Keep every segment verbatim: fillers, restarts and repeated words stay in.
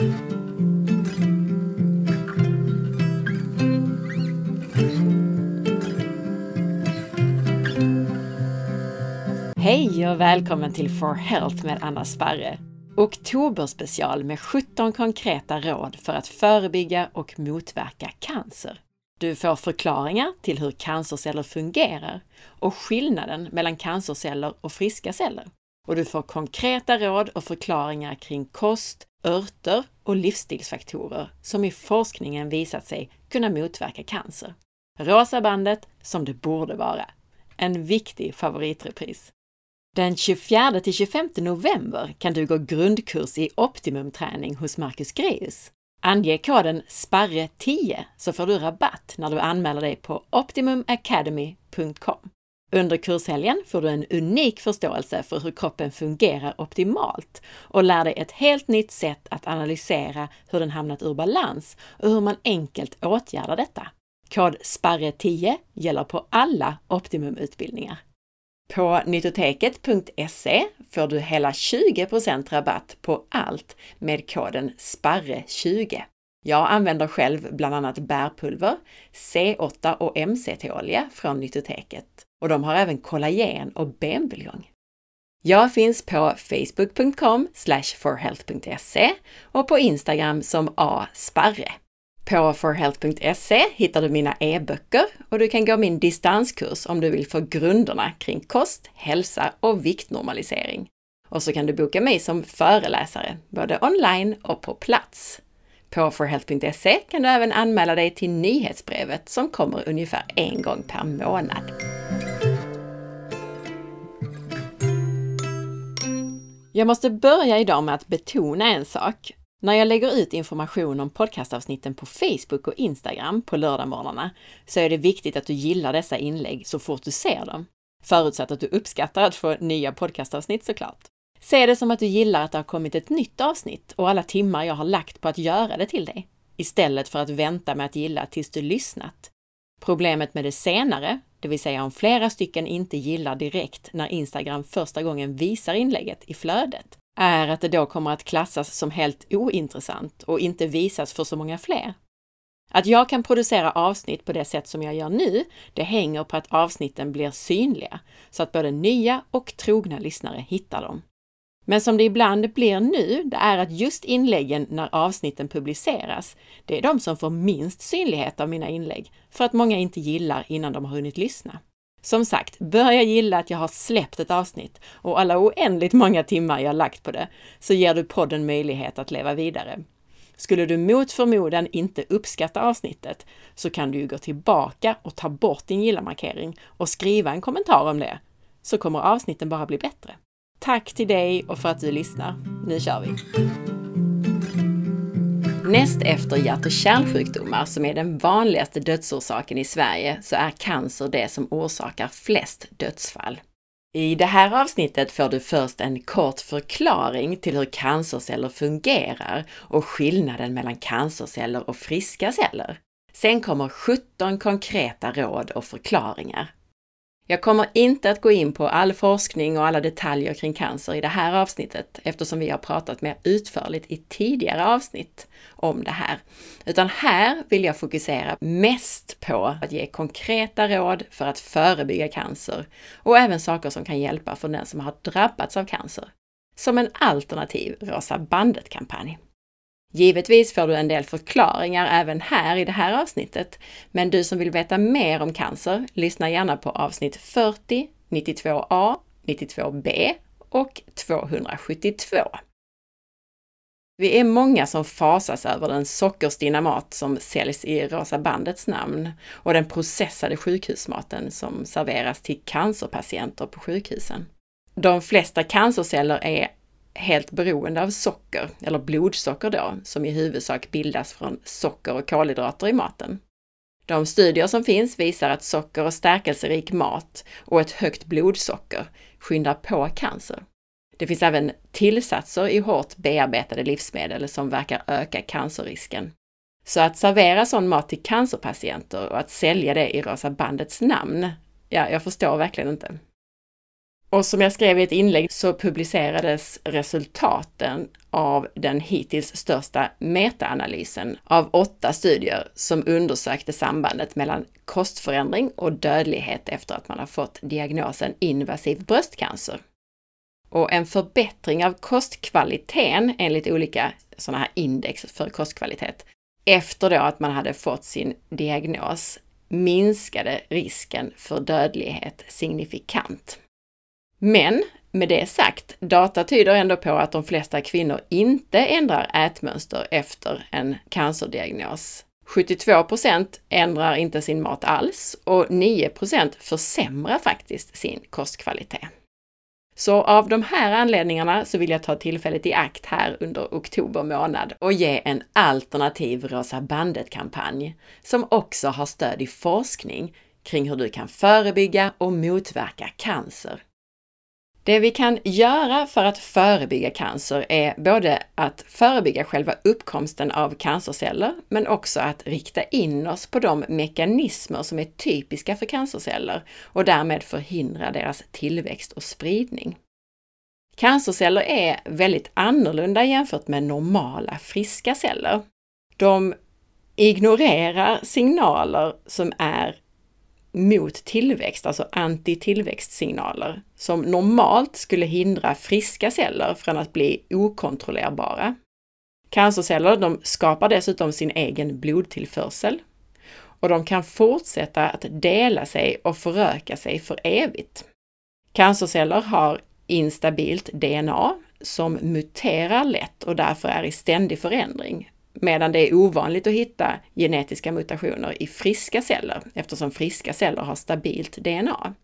Hej och välkommen till For Health med Anna Sparre. Oktoberspecial med sjutton konkreta råd för att förebygga och motverka cancer. Du får förklaringar till hur cancerceller fungerar och skillnaden mellan cancerceller och friska celler. Och du får konkreta råd och förklaringar kring kost, örter och livsstilsfaktorer som i forskningen visat sig kunna motverka cancer. Rosa bandet som det borde vara. En viktig favoritrepris. Den tjugofjärde till tjugofemte november kan du gå grundkurs i optimumträning hos Marcus Greus. Ange koden sparre tio så får du rabatt när du anmäler dig på optimum academy punkt com. Under kurshelgen får du en unik förståelse för hur kroppen fungerar optimalt och lär dig ett helt nytt sätt att analysera hur den hamnat ur balans och hur man enkelt åtgärdar detta. Kod sparre tio gäller på alla optimumutbildningar. På nyttoteket punkt se får du hela tjugo procent rabatt på allt med koden sparre tjugo. Jag använder själv bland annat bärpulver, C åtta och M C T-olja från Nyttoteket. Och de har även kollagen och benbuljong. Jag finns på facebook punkt com slash forhealth punkt se och på Instagram som asparre. På forhealth punkt se hittar du mina e-böcker och du kan gå min distanskurs om du vill få grunderna kring kost, hälsa och viktnormalisering. Och så kan du boka mig som föreläsare, både online och på plats. På forhealth punkt se kan du även anmäla dig till nyhetsbrevet som kommer ungefär en gång per månad. Jag måste börja idag med att betona en sak. När jag lägger ut information om podcastavsnitten på Facebook och Instagram på lördagmorgnarna så är det viktigt att du gillar dessa inlägg så fort du ser dem. Förutsatt att du uppskattar att få nya podcastavsnitt såklart. Se det som att du gillar att det har kommit ett nytt avsnitt och alla timmar jag har lagt på att göra det till dig. Istället för att vänta med att gilla tills du lyssnat. Problemet med det senare, det vill säga om flera stycken inte gillar direkt när Instagram första gången visar inlägget i flödet, är att det då kommer att klassas som helt ointressant och inte visas för så många fler. Att jag kan producera avsnitt på det sätt som jag gör nu, det hänger på att avsnitten blir synliga, så att både nya och trogna lyssnare hittar dem. Men som det ibland blir nu, det är att just inläggen när avsnitten publiceras, det är de som får minst synlighet av mina inlägg, för att många inte gillar innan de har hunnit lyssna. Som sagt, börja gilla att jag har släppt ett avsnitt och alla oändligt många timmar jag lagt på det, så ger du podden möjlighet att leva vidare. Skulle du mot förmodan inte uppskatta avsnittet så kan du ju gå tillbaka och ta bort din gilla-markering och skriva en kommentar om det, så kommer avsnitten bara bli bättre. Tack till dig och för att du lyssnar. Nu kör vi! Näst efter hjärt- och kärlsjukdomar som är den vanligaste dödsorsaken i Sverige så är cancer det som orsakar flest dödsfall. I det här avsnittet får du först en kort förklaring till hur cancerceller fungerar och skillnaden mellan cancerceller och friska celler. Sen kommer sjutton konkreta råd och förklaringar. Jag kommer inte att gå in på all forskning och alla detaljer kring cancer i det här avsnittet eftersom vi har pratat mer utförligt i tidigare avsnitt om det här. Utan här vill jag fokusera mest på att ge konkreta råd för att förebygga cancer och även saker som kan hjälpa för den som har drabbats av cancer. Som en alternativ Rosa bandet-kampanj. Givetvis får du en del förklaringar även här i det här avsnittet, men du som vill veta mer om cancer, lyssna gärna på avsnitt fyrtio, nittiotvå A, nittiotvå B och tvåhundrasjuttiotvå. Vi är många som fasas över den sockerstinna mat som säljs i Rosa bandets namn och den processade sjukhusmaten som serveras till cancerpatienter på sjukhusen. De flesta cancerceller är helt beroende av socker, eller blodsocker då, som i huvudsak bildas från socker och kolhydrater i maten. De studier som finns visar att socker och stärkelserik mat och ett högt blodsocker skyndar på cancer. Det finns även tillsatser i hårt bearbetade livsmedel som verkar öka cancerrisken. Så att servera sån mat till cancerpatienter och att sälja det i Rosa bandets namn, ja, jag förstår verkligen inte. Och som jag skrev i ett inlägg så publicerades resultaten av den hittills största metaanalysen av åtta studier som undersökte sambandet mellan kostförändring och dödlighet efter att man har fått diagnosen invasiv bröstcancer. Och en förbättring av kostkvaliteten enligt olika sådana här index för kostkvalitet efter då att man hade fått sin diagnos minskade risken för dödlighet signifikant. Men med det sagt, data tyder ändå på att de flesta kvinnor inte ändrar ätmönster efter en cancerdiagnos. sjuttiotvå procent ändrar inte sin mat alls och nio procent försämrar faktiskt sin kostkvalitet. Så av de här anledningarna så vill jag ta tillfället i akt här under oktober månad och ge en alternativ Rosa bandet-kampanj som också har stöd i forskning kring hur du kan förebygga och motverka cancer. Det vi kan göra för att förebygga cancer är både att förebygga själva uppkomsten av cancerceller men också att rikta in oss på de mekanismer som är typiska för cancerceller och därmed förhindra deras tillväxt och spridning. Cancerceller är väldigt annorlunda jämfört med normala friska celler. De ignorerar signaler som är mot tillväxt, alltså antitillväxtsignaler, som normalt skulle hindra friska celler från att bli okontrollerbara. Cancerceller de skapar dessutom sin egen blodtillförsel och de kan fortsätta att dela sig och föröka sig för evigt. Cancerceller har instabilt D N A som muterar lätt och därför är i ständig förändring, medan det är ovanligt att hitta genetiska mutationer i friska celler eftersom friska celler har stabilt D N A.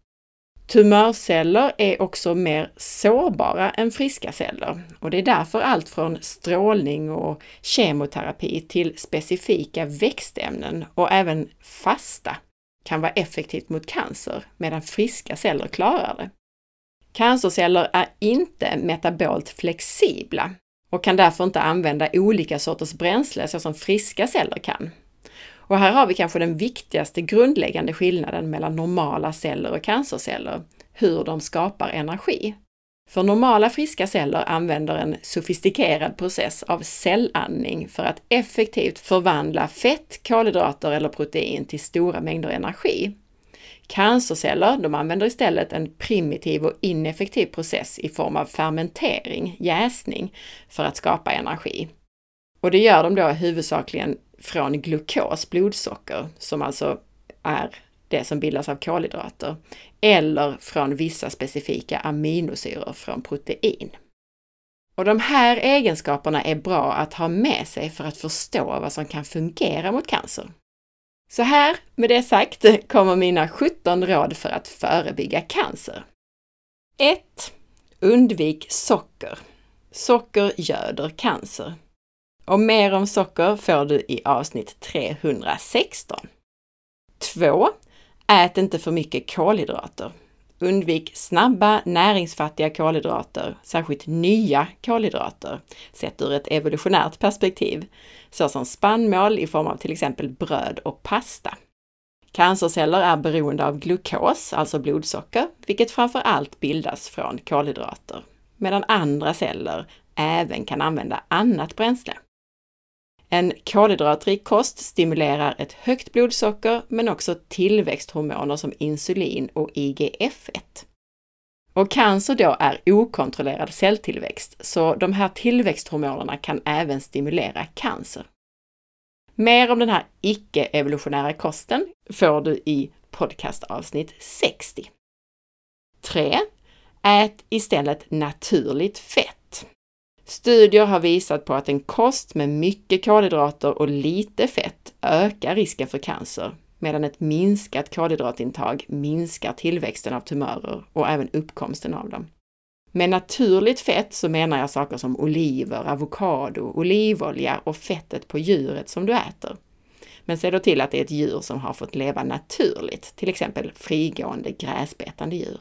Tumörceller är också mer sårbara än friska celler och det är därför allt från strålning och kemoterapi till specifika växtämnen och även fasta kan vara effektivt mot cancer medan friska celler klarar det. Cancerceller är inte metabolt flexibla och kan därför inte använda olika sorters bränsle så som friska celler kan. Och här har vi kanske den viktigaste grundläggande skillnaden mellan normala celler och cancerceller, hur de skapar energi. För normala friska celler använder en sofistikerad process av cellandning för att effektivt förvandla fett, kolhydrater eller protein till stora mängder energi. Cancerceller de använder istället en primitiv och ineffektiv process i form av fermentering, jäsning, för att skapa energi. Och det gör de då huvudsakligen från glukos, blodsocker, som alltså är det som bildas av kolhydrater, eller från vissa specifika aminosyror från protein. Och de här egenskaperna är bra att ha med sig för att förstå vad som kan fungera mot cancer. Så här, med det sagt, kommer mina sjutton råd för att förebygga cancer. ett. Undvik socker. Socker göder cancer. Och mer om socker får du i avsnitt trehundrasexton. två. Ät inte för mycket kolhydrater. Undvik snabba, näringsfattiga kolhydrater, särskilt nya kolhydrater, sett ur ett evolutionärt perspektiv, såsom spannmål i form av till exempel bröd och pasta. Cancerceller är beroende av glukos, alltså blodsocker, vilket framför allt bildas från kolhydrater, medan andra celler även kan använda annat bränsle. En kolhydratrik kost stimulerar ett högt blodsocker men också tillväxthormoner som insulin och I G F ett. Och cancer då är okontrollerad celltillväxt, så de här tillväxthormonerna kan även stimulera cancer. Mer om den här icke-evolutionära kosten får du i podcastavsnitt sextio. tre. Ät istället naturligt fett. Studier har visat på att en kost med mycket kolhydrater och lite fett ökar risken för cancer, medan ett minskat kolhydratintag minskar tillväxten av tumörer och även uppkomsten av dem. Med naturligt fett så menar jag saker som oliver, avokado, olivolja och fettet på djuret som du äter. Men se då till att det är ett djur som har fått leva naturligt, till exempel frigående gräsbetande djur.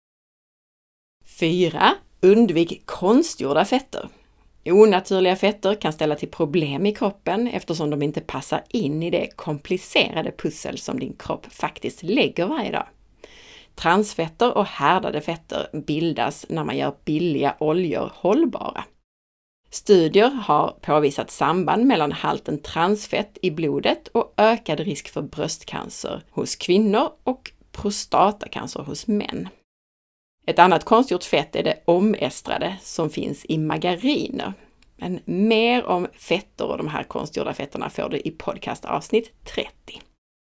fyra. Undvik konstgjorda fetter. Onaturliga fetter kan ställa till problem i kroppen eftersom de inte passar in i det komplicerade pussel som din kropp faktiskt lägger varje dag. Transfetter och härdade fetter bildas när man gör billiga oljor hållbara. Studier har påvisat samband mellan halten transfett i blodet och ökad risk för bröstcancer hos kvinnor och prostatacancer hos män. Ett annat konstgjort fett är det omestrade som finns i margariner. Men mer om fetter och de här konstgjorda fetterna får du i podcastavsnitt trettio.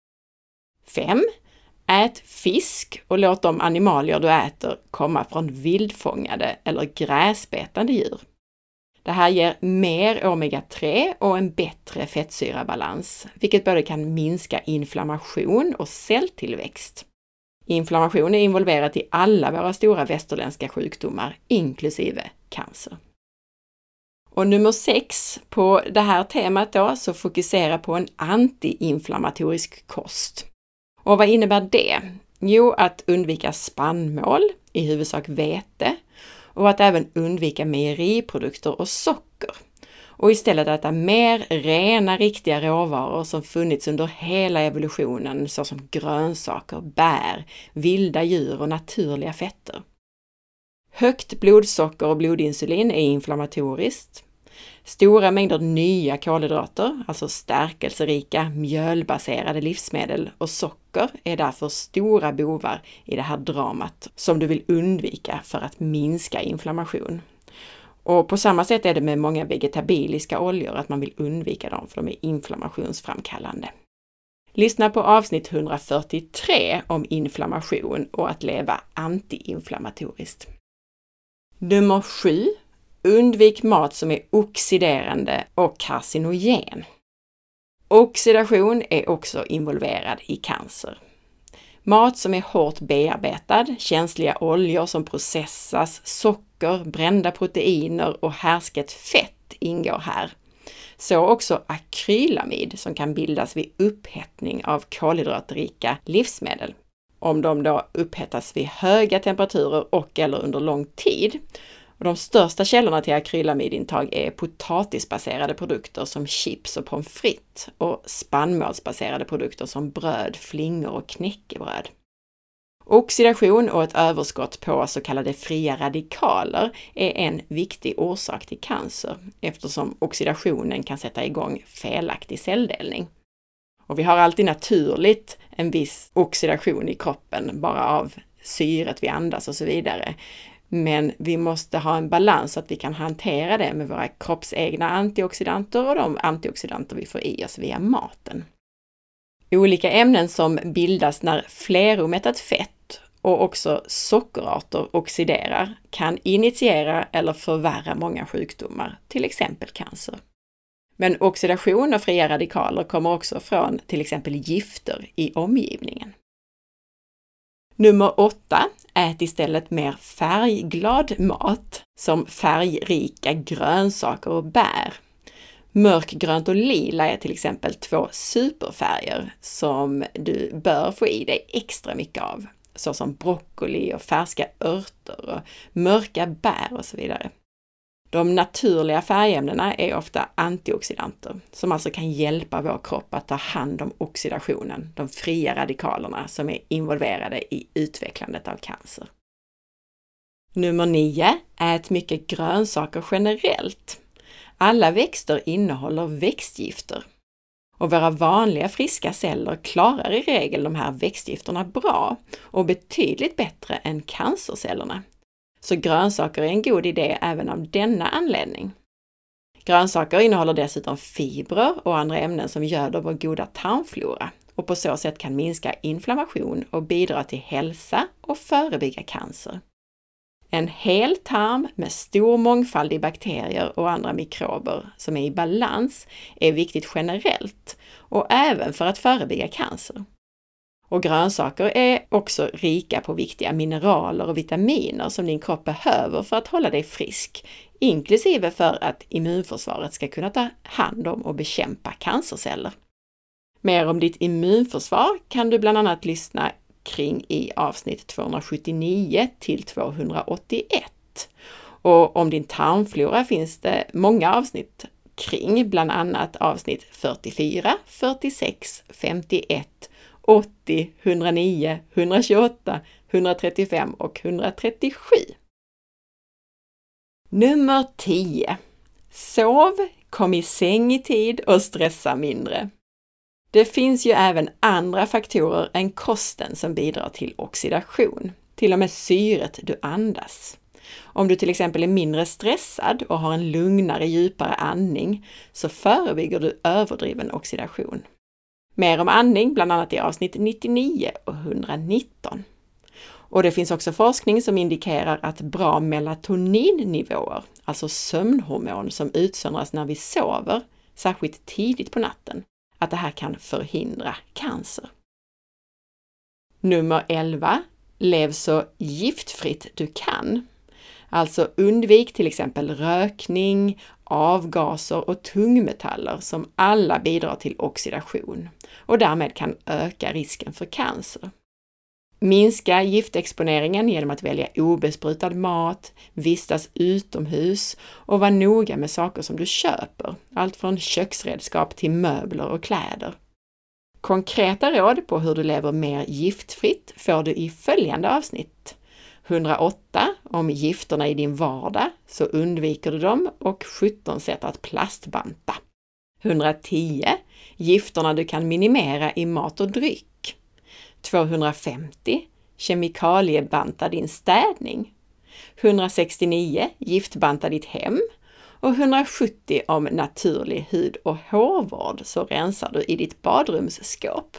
fem. Ät fisk och låt de animalier du äter komma från vildfångade eller gräsbetande djur. Det här ger mer omega tre och en bättre fettsyrabalans, vilket både kan minska inflammation och celltillväxt. Inflammation är involverat i alla våra stora västerländska sjukdomar, inklusive cancer. Och nummer sex på det här temat då, så fokusera på en antiinflammatorisk kost. Och vad innebär det? Jo, att undvika spannmål, i huvudsak vete, och att även undvika mejeriprodukter och socker. Och istället äta mer rena, riktiga råvaror som funnits under hela evolutionen, såsom grönsaker, bär, vilda djur och naturliga fetter. Högt blodsocker och blodinsulin är inflammatoriskt. Stora mängder nya kolhydrater, alltså stärkelserika, mjölbaserade livsmedel och socker är därför stora bovar i det här dramat som du vill undvika för att minska inflammation. Och på samma sätt är det med många vegetabiliska oljor, att man vill undvika dem för de är inflammationsframkallande. Lyssna på avsnitt hundrafyrtiotre om inflammation och att leva antiinflammatoriskt. Nummer sju. Undvik mat som är oxiderande och carcinogen. Oxidation är också involverad i cancer. Mat som är hårt bearbetad, känsliga oljor som processas, socker, brända proteiner och härsket fett ingår här. Så också akrylamid som kan bildas vid upphettning av kolhydratrika livsmedel. Om de då upphettas vid höga temperaturer och eller under lång tid. Och de största källorna till akrylamidintag är potatisbaserade produkter som chips och pommes frites och spannmålsbaserade produkter som bröd, flingor och knäckebröd. Oxidation och ett överskott på så kallade fria radikaler är en viktig orsak till cancer eftersom oxidationen kan sätta igång felaktig celldelning. Och vi har alltid naturligt en viss oxidation i kroppen bara av syret vi andas och så vidare. Men vi måste ha en balans så att vi kan hantera det med våra kroppsegna antioxidanter och de antioxidanter vi får i oss via maten. Olika ämnen som bildas när fleromättat fett och också sockerarter oxiderar kan initiera eller förvärra många sjukdomar, till exempel cancer. Men oxidation och fria radikaler kommer också från till exempel gifter i omgivningen. Nummer åtta. Ät istället mer färgglad mat som färgrika grönsaker och bär. Mörkgrönt och lila är till exempel två superfärger som du bör få i dig extra mycket av, såsom broccoli och färska örter och mörka bär och så vidare. De naturliga färgämnena är ofta antioxidanter som alltså kan hjälpa vår kropp att ta hand om oxidationen, de fria radikalerna som är involverade i utvecklandet av cancer. Nummer nio. Ät mycket grönsaker generellt. Alla växter innehåller växtgifter. Och våra vanliga friska celler klarar i regel de här växtgifterna bra och betydligt bättre än cancercellerna. Så grönsaker är en god idé även av denna anledning. Grönsaker innehåller dessutom fibrer och andra ämnen som göder vår goda tarmflora och på så sätt kan minska inflammation och bidra till hälsa och förebygga cancer. En hel tarm med stor mångfald i bakterier och andra mikrober som är i balans är viktigt generellt och även för att förebygga cancer. Och grönsaker är också rika på viktiga mineraler och vitaminer som din kropp behöver för att hålla dig frisk, inklusive för att immunförsvaret ska kunna ta hand om och bekämpa cancerceller. Mer om ditt immunförsvar kan du bland annat lyssna kring i avsnitt tvåhundrasjuttionio till tvåhundraåttioett. Och om din tarmflora finns det många avsnitt kring, bland annat avsnitt fyrtiofyra, fyrtiosex, femtioett åttio, etthundranio, etthundratjugoåtta, etthundratrettiofem och etthundratrettiosju. Nummer tio. Sov, kom i säng i tid och stressa mindre. Det finns ju även andra faktorer än kosten som bidrar till oxidation. Till och med syret du andas. Om du till exempel är mindre stressad och har en lugnare, djupare andning så förebygger du överdriven oxidation. Mer om andning bland annat i avsnitt nittionio och etthundranitton. Och det finns också forskning som indikerar att bra melatoninnivåer, alltså sömnhormon som utsöndras när vi sover, särskilt tidigt på natten, att det här kan förhindra cancer. Nummer elva. Lev så giftfritt du kan. Alltså undvik till exempel rökning, avgaser och tungmetaller som alla bidrar till oxidation och därmed kan öka risken för cancer. Minska giftexponeringen genom att välja obesprutad mat, vistas utomhus och vara noga med saker som du köper, allt från köksredskap till möbler och kläder. Konkreta råd på hur du lever mer giftfritt får du i följande avsnitt. hundraåtta om gifterna i din vardag, så undviker du dem, och sjutton sätt att plastbanta. hundratio gifterna du kan minimera i mat och dryck. tvåhundrafemtio kemikaliebanta din städning. hundrasextionio giftbanta ditt hem. Och hundrasjuttio om naturlig hud- och hårvård, så rensar du i ditt badrumsskåp.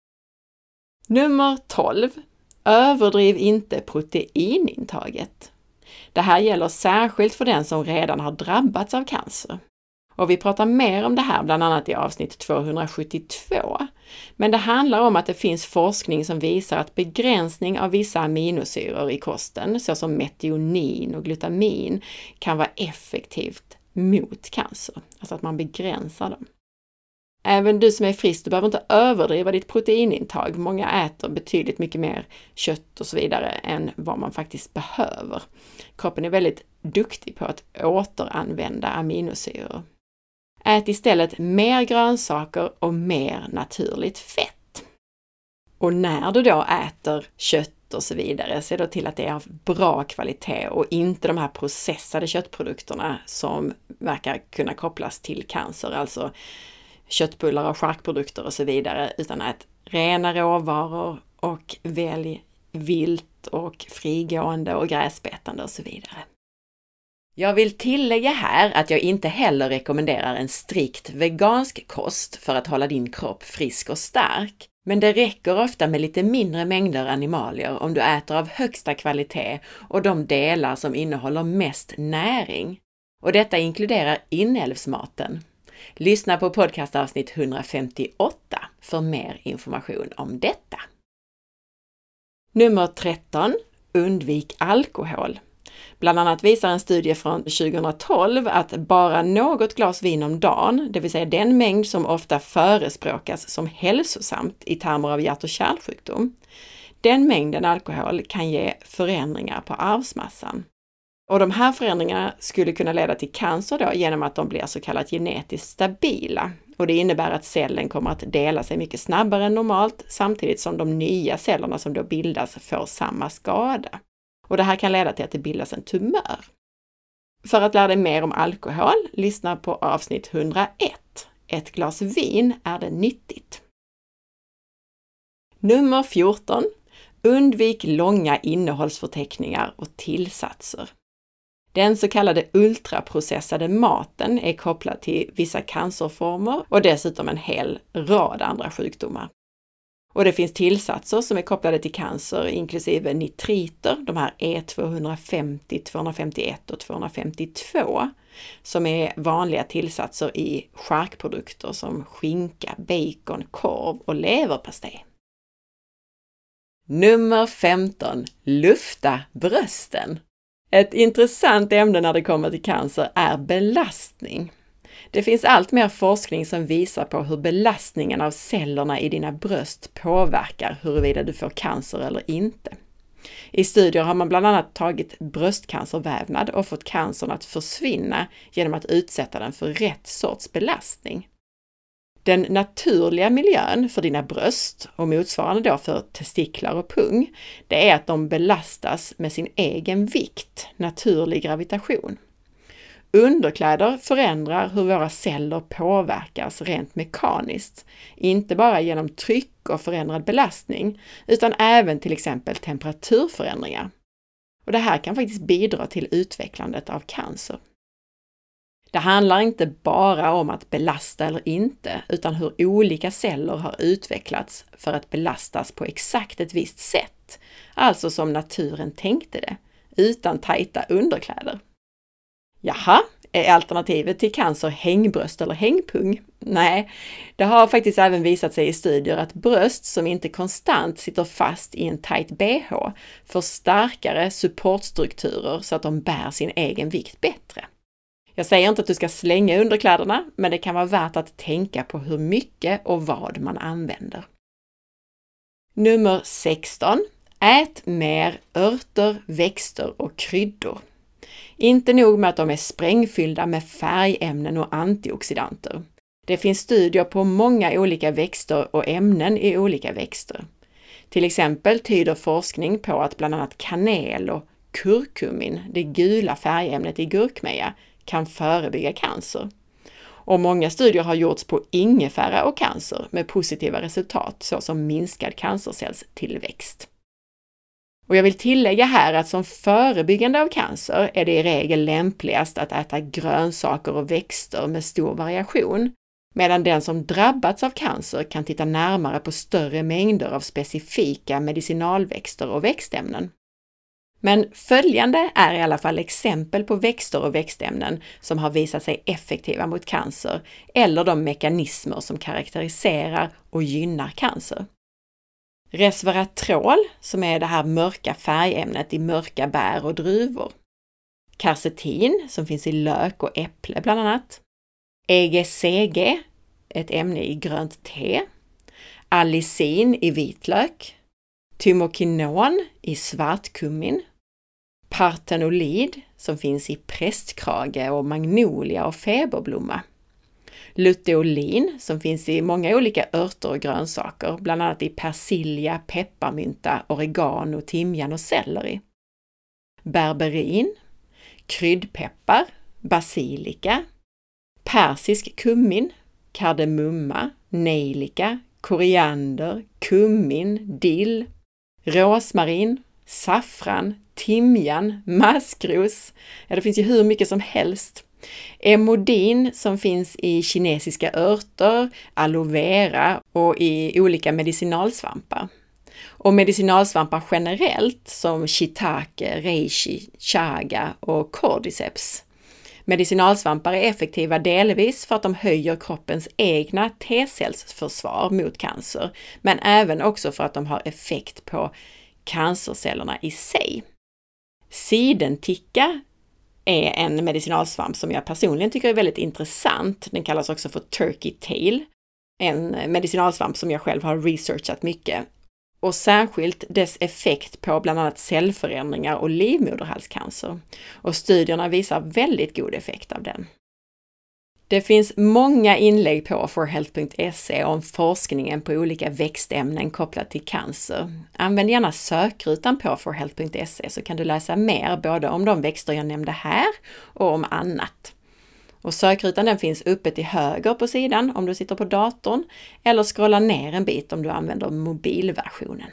Nummer tolv. Överdriv inte proteinintaget. Det här gäller särskilt för den som redan har drabbats av cancer. Och vi pratar mer om det här bland annat i avsnitt tvåhundrasjuttiotvå. Men det handlar om att det finns forskning som visar att begränsning av vissa aminosyror i kosten, såsom metionin och glutamin, kan vara effektivt mot cancer. Alltså att man begränsar dem. Även du som är frisk, du behöver inte överdriva ditt proteinintag. Många äter betydligt mycket mer kött och så vidare än vad man faktiskt behöver. Kroppen är väldigt duktig på att återanvända aminosyror. Ät istället mer grönsaker och mer naturligt fett. Och när du då äter kött och så vidare, se då till att det är av bra kvalitet och inte de här processade köttprodukterna som verkar kunna kopplas till cancer, alltså köttbullar och charkprodukter och så vidare, utan ät rena råvaror och välj vilt och frigående och gräsbetande och så vidare. Jag vill tillägga här att jag inte heller rekommenderar en strikt vegansk kost för att hålla din kropp frisk och stark. Men det räcker ofta med lite mindre mängder animalier om du äter av högsta kvalitet och de delar som innehåller mest näring. Och detta inkluderar inälvsmaten. Lyssna på podcastavsnitt hundrafemtioåtta för mer information om detta. Nummer tretton. Undvik alkohol. Bland annat visar en studie från tjugohundratolv att bara något glas vin om dagen, det vill säga den mängd som ofta förespråkas som hälsosamt i termer av hjärt- och kärlsjukdom, den mängden alkohol kan ge förändringar på arvsmassan. Och de här förändringarna skulle kunna leda till cancer då genom att de blir så kallat genetiskt stabila. Och det innebär att cellen kommer att dela sig mycket snabbare än normalt samtidigt som de nya cellerna som då bildas får samma skada. Och det här kan leda till att det bildas en tumör. För att lära dig mer om alkohol, lyssna på avsnitt hundraett. Ett glas vin, är det nyttigt? Nummer fjorton. Undvik långa innehållsförteckningar och tillsatser. Den så kallade ultraprocessade maten är kopplad till vissa cancerformer och dessutom en hel rad andra sjukdomar. Och det finns tillsatser som är kopplade till cancer inklusive nitriter, de här E tvåhundrafemtio, tvåhundrafemtioett och tvåhundrafemtiotvå, som är vanliga tillsatser i charkprodukter som skinka, bacon, korv och leverpastej. Nummer femton. Lufta brösten. Ett intressant ämne när det kommer till cancer är belastning. Det finns allt mer forskning som visar på hur belastningen av cellerna i dina bröst påverkar huruvida du får cancer eller inte. I studier har man bland annat tagit bröstcancervävnad och fått cancern att försvinna genom att utsätta den för rätt sorts belastning. Den naturliga miljön för dina bröst och motsvarande då för testiklar och pung, det är att de belastas med sin egen vikt, naturlig gravitation. Underkläder förändrar hur våra celler påverkas rent mekaniskt, inte bara genom tryck och förändrad belastning, utan även till exempel temperaturförändringar. Och det här kan faktiskt bidra till utvecklandet av cancer. Det handlar inte bara om att belasta eller inte, utan hur olika celler har utvecklats för att belastas på exakt ett visst sätt, alltså som naturen tänkte det, utan tajta underkläder. Jaha, är alternativet till cancer hängbröst eller hängpung? Nej, det har faktiskt även visat sig i studier att bröst som inte konstant sitter fast i en tajt B H får starkare supportstrukturer så att de bär sin egen vikt bättre. Jag säger inte att du ska slänga underkläderna, men det kan vara värt att tänka på hur mycket och vad man använder. Nummer sexton. Ät mer örter, växter och kryddor. Inte nog med att de är sprängfyllda med färgämnen och antioxidanter. Det finns studier på många olika växter och ämnen i olika växter. Till exempel tyder forskning på att bland annat kanel och kurkumin, det gula färgämnet i gurkmeja, kan förebygga cancer. Och många studier har gjorts på ingefära och cancer med positiva resultat såsom minskad cancercellstillväxt. Och jag vill tillägga här att som förebyggande av cancer är det i regel lämpligast att äta grönsaker och växter med stor variation, medan den som drabbats av cancer kan titta närmare på större mängder av specifika medicinalväxter och växtämnen. Men följande är i alla fall exempel på växter och växtämnen som har visat sig effektiva mot cancer eller de mekanismer som karaktäriserar och gynnar cancer. Resveratrol, som är det här mörka färgämnet i mörka bär och druvor. Quercetin, som finns i lök och äpple bland annat. E G C G, ett ämne i grönt te. Allicin i vitlök. Thymokinon i svartkummin. Partenolid, som finns i prästkrage och magnolia och feberblomma. Luteolin, som finns i många olika örter och grönsaker, bland annat i persilja, pepparmynta, oregano, timjan och selleri. Berberin, kryddpeppar, basilika, persisk kummin, kardemumma, nejlika, koriander, kummin, dill, rosmarin, saffran, timjan, maskros. Ja, det finns ju hur mycket som helst. Emodin som finns i kinesiska örter, aloe vera och i olika medicinalsvampar. Och medicinalsvampar generellt som shiitake, reishi, chaga och cordyceps. Medicinalsvampar är effektiva delvis för att de höjer kroppens egna T-cellsförsvar mot cancer, men även också för att de har effekt på cancercellerna i sig. Sidenticka är en medicinalsvamp som jag personligen tycker är väldigt intressant. Den kallas också för turkey tail. En medicinalsvamp som jag själv har researchat mycket. Och särskilt dess effekt på bland annat cellförändringar och livmoderhalscancer. Och studierna visar väldigt god effekt av den. Det finns många inlägg på for health punkt se om forskningen på olika växtämnen kopplat till cancer. Använd gärna sökrutan på for health punkt se så kan du läsa mer både om de växter jag nämnde här och om annat. Och sökrutan den finns uppe till höger på sidan om du sitter på datorn eller scrolla ner en bit om du använder mobilversionen.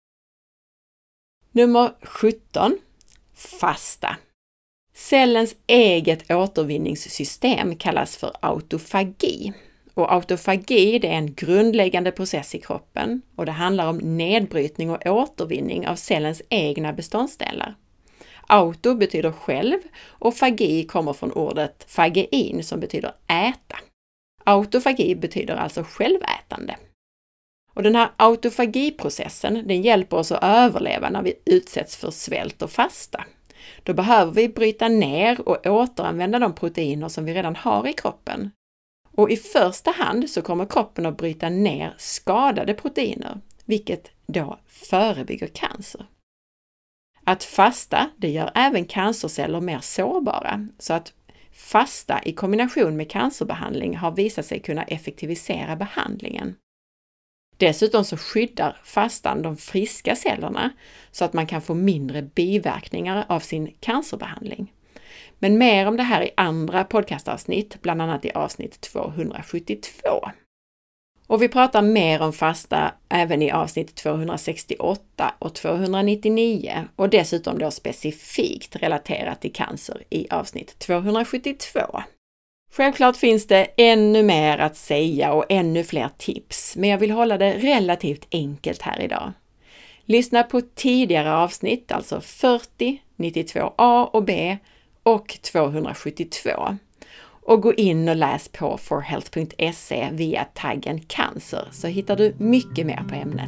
Nummer sjutton. Fasta. Cellens eget återvinningssystem kallas för autofagi. Och autofagi det är en grundläggande process i kroppen och det handlar om nedbrytning och återvinning av cellens egna beståndsdelar. Auto betyder själv och fagi kommer från ordet fagein som betyder äta. Autofagi betyder alltså självätande. Och den här autofagiprocessen den hjälper oss att överleva när vi utsätts för svält och fasta. Då behöver vi bryta ner och återanvända de proteiner som vi redan har i kroppen. Och i första hand så kommer kroppen att bryta ner skadade proteiner, vilket då förebygger cancer. Att fasta, det gör även cancerceller mer sårbara, så att fasta i kombination med cancerbehandling har visat sig kunna effektivisera behandlingen. Dessutom så skyddar fastan de friska cellerna så att man kan få mindre biverkningar av sin cancerbehandling. Men mer om det här i andra podcastavsnitt, bland annat i avsnitt tvåhundrasjuttiotvå. Och vi pratar mer om fasta även i avsnitt tvåhundrasextioåtta och tvåhundranittionio och dessutom då specifikt relaterat till cancer i avsnitt tvåhundrasjuttiotvå. Självklart finns det ännu mer att säga och ännu fler tips, men jag vill hålla det relativt enkelt här idag. Lyssna på tidigare avsnitt, alltså fyrtio, nittiotvå A och B och tvåhundrasjuttiotvå. Och gå in och läs på for health punkt se via taggen cancer så hittar du mycket mer på ämnet.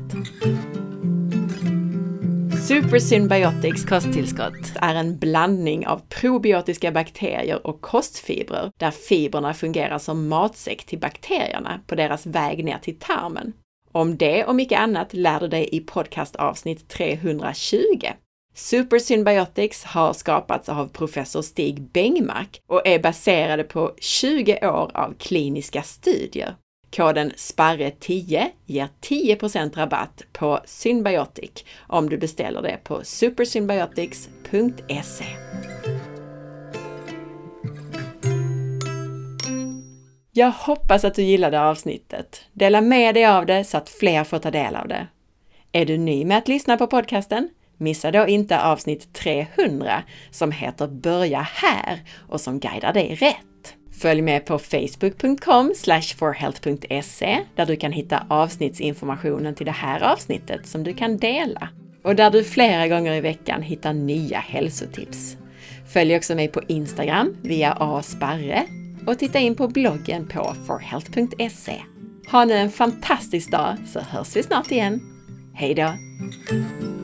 Super Synbiotics kosttillskott är en blandning av probiotiska bakterier och kostfibrer där fibrerna fungerar som matsäck till bakterierna på deras väg ner till tarmen. Om det och mycket annat lär du dig i podcastavsnitt trehundratjugo. Super Synbiotics har skapats av professor Stig Bengmark och är baserade på tjugo år av kliniska studier. Koden sparre tio ger tio procent rabatt på Synbiotic om du beställer det på super symbiotics punkt se. Jag hoppas att du gillade avsnittet. Dela med dig av det så att fler får ta del av det. Är du ny med att lyssna på podcasten? Missa då inte avsnitt trehundra som heter Börja här och som guidar dig rätt. Följ med på facebook punkt com slash for health punkt se där du kan hitta avsnittsinformationen till det här avsnittet som du kan dela och där du flera gånger i veckan hittar nya hälsotips. Följ också mig på Instagram via asparre och titta in på bloggen på for health punkt se. Ha nu en fantastisk dag så hörs vi snart igen. Hej då!